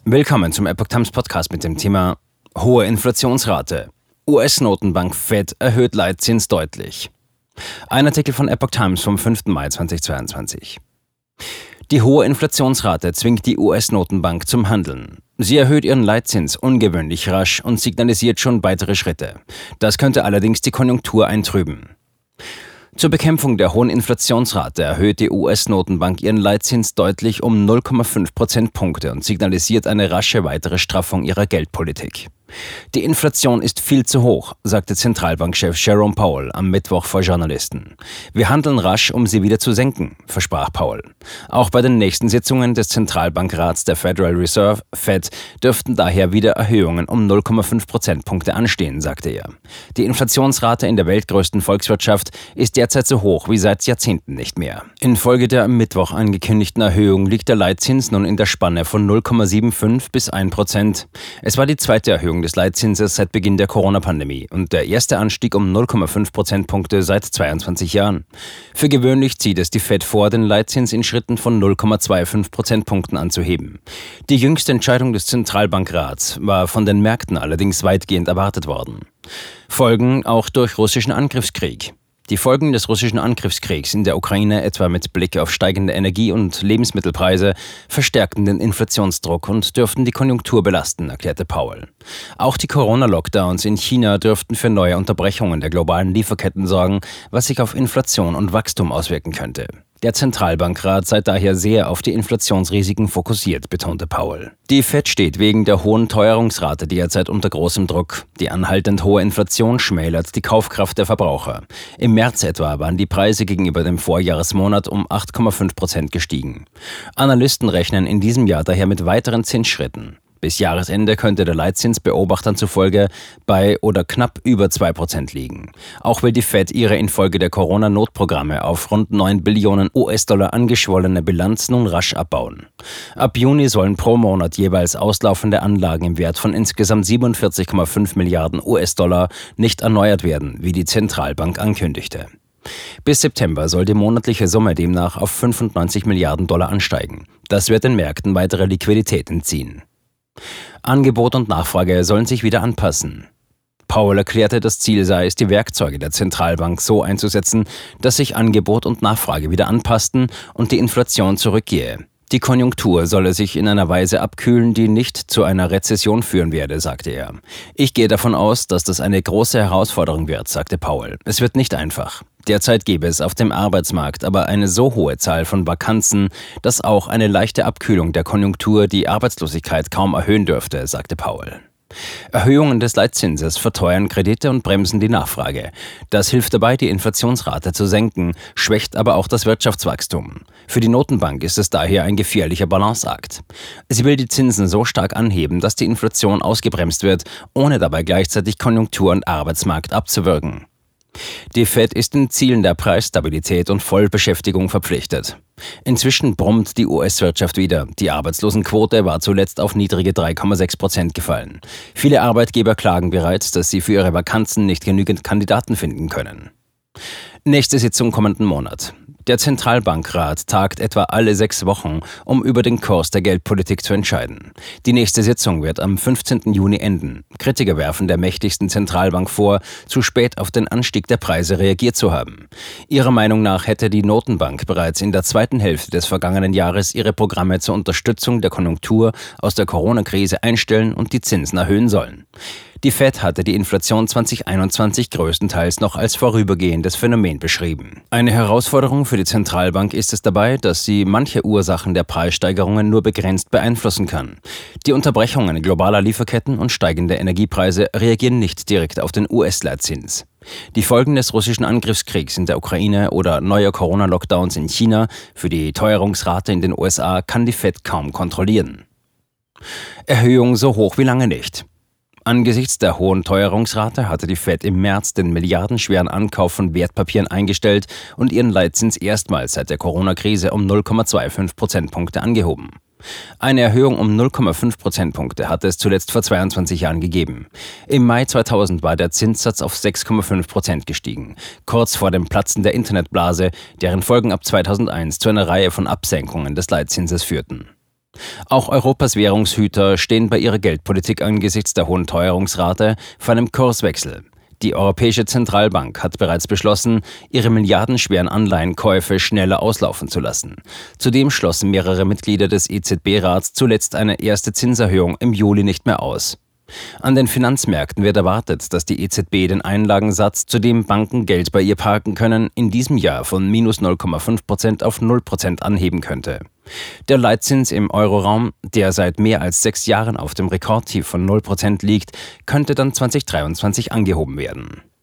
Willkommen zum Epoch Times Podcast mit dem Thema hohe Inflationsrate. US-Notenbank Fed erhöht Leitzins deutlich. Ein Artikel von Epoch Times vom 5. Mai 2022. Die hohe Inflationsrate zwingt die US-Notenbank zum Handeln. Sie erhöht ihren Leitzins ungewöhnlich rasch und signalisiert schon weitere Schritte. Das könnte allerdings die Konjunktur eintrüben. Zur Bekämpfung der hohen Inflationsrate erhöht die US-Notenbank ihren Leitzins deutlich um 0,5 Prozentpunkte und signalisiert eine rasche weitere Straffung ihrer Geldpolitik. Die Inflation ist viel zu hoch, sagte Zentralbankchef Jerome Powell am Mittwoch vor Journalisten. Wir handeln rasch, um sie wieder zu senken, versprach Powell. Auch bei den nächsten Sitzungen des Zentralbankrats der Federal Reserve, Fed, dürften daher wieder Erhöhungen um 0,5 Prozentpunkte anstehen, sagte er. Die Inflationsrate in der weltgrößten Volkswirtschaft ist derzeit so hoch wie seit Jahrzehnten nicht mehr. Infolge der am Mittwoch angekündigten Erhöhung liegt der Leitzins nun in der Spanne von 0,75 bis 1%. Es war die zweite Erhöhung des Leitzinses seit Beginn der Corona-Pandemie und der erste Anstieg um 0,5 Prozentpunkte seit 22 Jahren. Für gewöhnlich zieht es die Fed vor, den Leitzins in Schritten von 0,25 Prozentpunkten anzuheben. Die jüngste Entscheidung des Zentralbankrats war von den Märkten allerdings weitgehend erwartet worden. Folgen auch durch russischen Angriffskrieg. Die Folgen des russischen Angriffskriegs in der Ukraine, etwa mit Blick auf steigende Energie- und Lebensmittelpreise, verstärkten den Inflationsdruck und dürften die Konjunktur belasten, erklärte Powell. Auch die Corona-Lockdowns in China dürften für neue Unterbrechungen der globalen Lieferketten sorgen, was sich auf Inflation und Wachstum auswirken könnte. Der Zentralbankrat sei daher sehr auf die Inflationsrisiken fokussiert, betonte Powell. Die Fed steht wegen der hohen Teuerungsrate derzeit unter großem Druck. Die anhaltend hohe Inflation schmälert die Kaufkraft der Verbraucher. Im März etwa waren die Preise gegenüber dem Vorjahresmonat um 8,5% gestiegen. Analysten rechnen in diesem Jahr daher mit weiteren Zinsschritten. Bis Jahresende könnte der Leitzins Beobachtern zufolge bei oder knapp über 2% liegen. Auch will die Fed ihre infolge der Corona-Notprogramme auf rund 9 Billionen US-Dollar angeschwollene Bilanz nun rasch abbauen. Ab Juni sollen pro Monat jeweils auslaufende Anlagen im Wert von insgesamt 47,5 Milliarden US-Dollar nicht erneuert werden, wie die Zentralbank ankündigte. Bis September soll die monatliche Summe demnach auf 95 Milliarden Dollar ansteigen. Das wird den Märkten weitere Liquidität entziehen. Angebot und Nachfrage sollen sich wieder anpassen. Powell erklärte, das Ziel sei es, die Werkzeuge der Zentralbank so einzusetzen, dass sich Angebot und Nachfrage wieder anpassten und die Inflation zurückgehe. Die Konjunktur solle sich in einer Weise abkühlen, die nicht zu einer Rezession führen werde, sagte er. Ich gehe davon aus, dass das eine große Herausforderung wird, sagte Powell. Es wird nicht einfach. Derzeit gäbe es auf dem Arbeitsmarkt aber eine so hohe Zahl von Vakanzen, dass auch eine leichte Abkühlung der Konjunktur die Arbeitslosigkeit kaum erhöhen dürfte, sagte Powell. Erhöhungen des Leitzinses verteuern Kredite und bremsen die Nachfrage. Das hilft dabei, die Inflationsrate zu senken, schwächt aber auch das Wirtschaftswachstum. Für die Notenbank ist es daher ein gefährlicher Balanceakt. Sie will die Zinsen so stark anheben, dass die Inflation ausgebremst wird, ohne dabei gleichzeitig Konjunktur und Arbeitsmarkt abzuwürgen. Die Fed ist den Zielen der Preisstabilität und Vollbeschäftigung verpflichtet. Inzwischen brummt die US-Wirtschaft wieder. Die Arbeitslosenquote war zuletzt auf niedrige 3,6% gefallen. Viele Arbeitgeber klagen bereits, dass sie für ihre Vakanzen nicht genügend Kandidaten finden können. Nächste Sitzung kommenden Monat. Der Zentralbankrat tagt etwa alle 6 Wochen, um über den Kurs der Geldpolitik zu entscheiden. Die nächste Sitzung wird am 15. Juni enden. Kritiker werfen der mächtigsten Zentralbank vor, zu spät auf den Anstieg der Preise reagiert zu haben. Ihrer Meinung nach hätte die Notenbank bereits in der zweiten Hälfte des vergangenen Jahres ihre Programme zur Unterstützung der Konjunktur aus der Corona-Krise einstellen und die Zinsen erhöhen sollen. Die Fed hatte die Inflation 2021 größtenteils noch als vorübergehendes Phänomen beschrieben. Eine Herausforderung für die Zentralbank ist es dabei, dass sie manche Ursachen der Preissteigerungen nur begrenzt beeinflussen kann. Die Unterbrechungen globaler Lieferketten und steigende Energiepreise reagieren nicht direkt auf den US-Leitzins. Die Folgen des russischen Angriffskriegs in der Ukraine oder neuer Corona-Lockdowns in China für die Teuerungsrate in den USA kann die Fed kaum kontrollieren. Erhöhung so hoch wie lange nicht. Angesichts der hohen Teuerungsrate hatte die Fed im März den milliardenschweren Ankauf von Wertpapieren eingestellt und ihren Leitzins erstmals seit der Corona-Krise um 0,25 Prozentpunkte angehoben. Eine Erhöhung um 0,5 Prozentpunkte hatte es zuletzt vor 22 Jahren gegeben. Im Mai 2000 war der Zinssatz auf 6,5% gestiegen, kurz vor dem Platzen der Internetblase, deren Folgen ab 2001 zu einer Reihe von Absenkungen des Leitzinses führten. Auch Europas Währungshüter stehen bei ihrer Geldpolitik angesichts der hohen Teuerungsrate vor einem Kurswechsel. Die Europäische Zentralbank hat bereits beschlossen, ihre milliardenschweren Anleihenkäufe schneller auslaufen zu lassen. Zudem schlossen mehrere Mitglieder des EZB-Rats zuletzt eine erste Zinserhöhung im Juli nicht mehr aus. An den Finanzmärkten wird erwartet, dass die EZB den Einlagensatz, zu dem Banken Geld bei ihr parken können, in diesem Jahr von minus 0,5% auf 0% anheben könnte. Der Leitzins im Euroraum, der seit mehr als 6 Jahren auf dem Rekordtief von 0% liegt, könnte dann 2023 angehoben werden.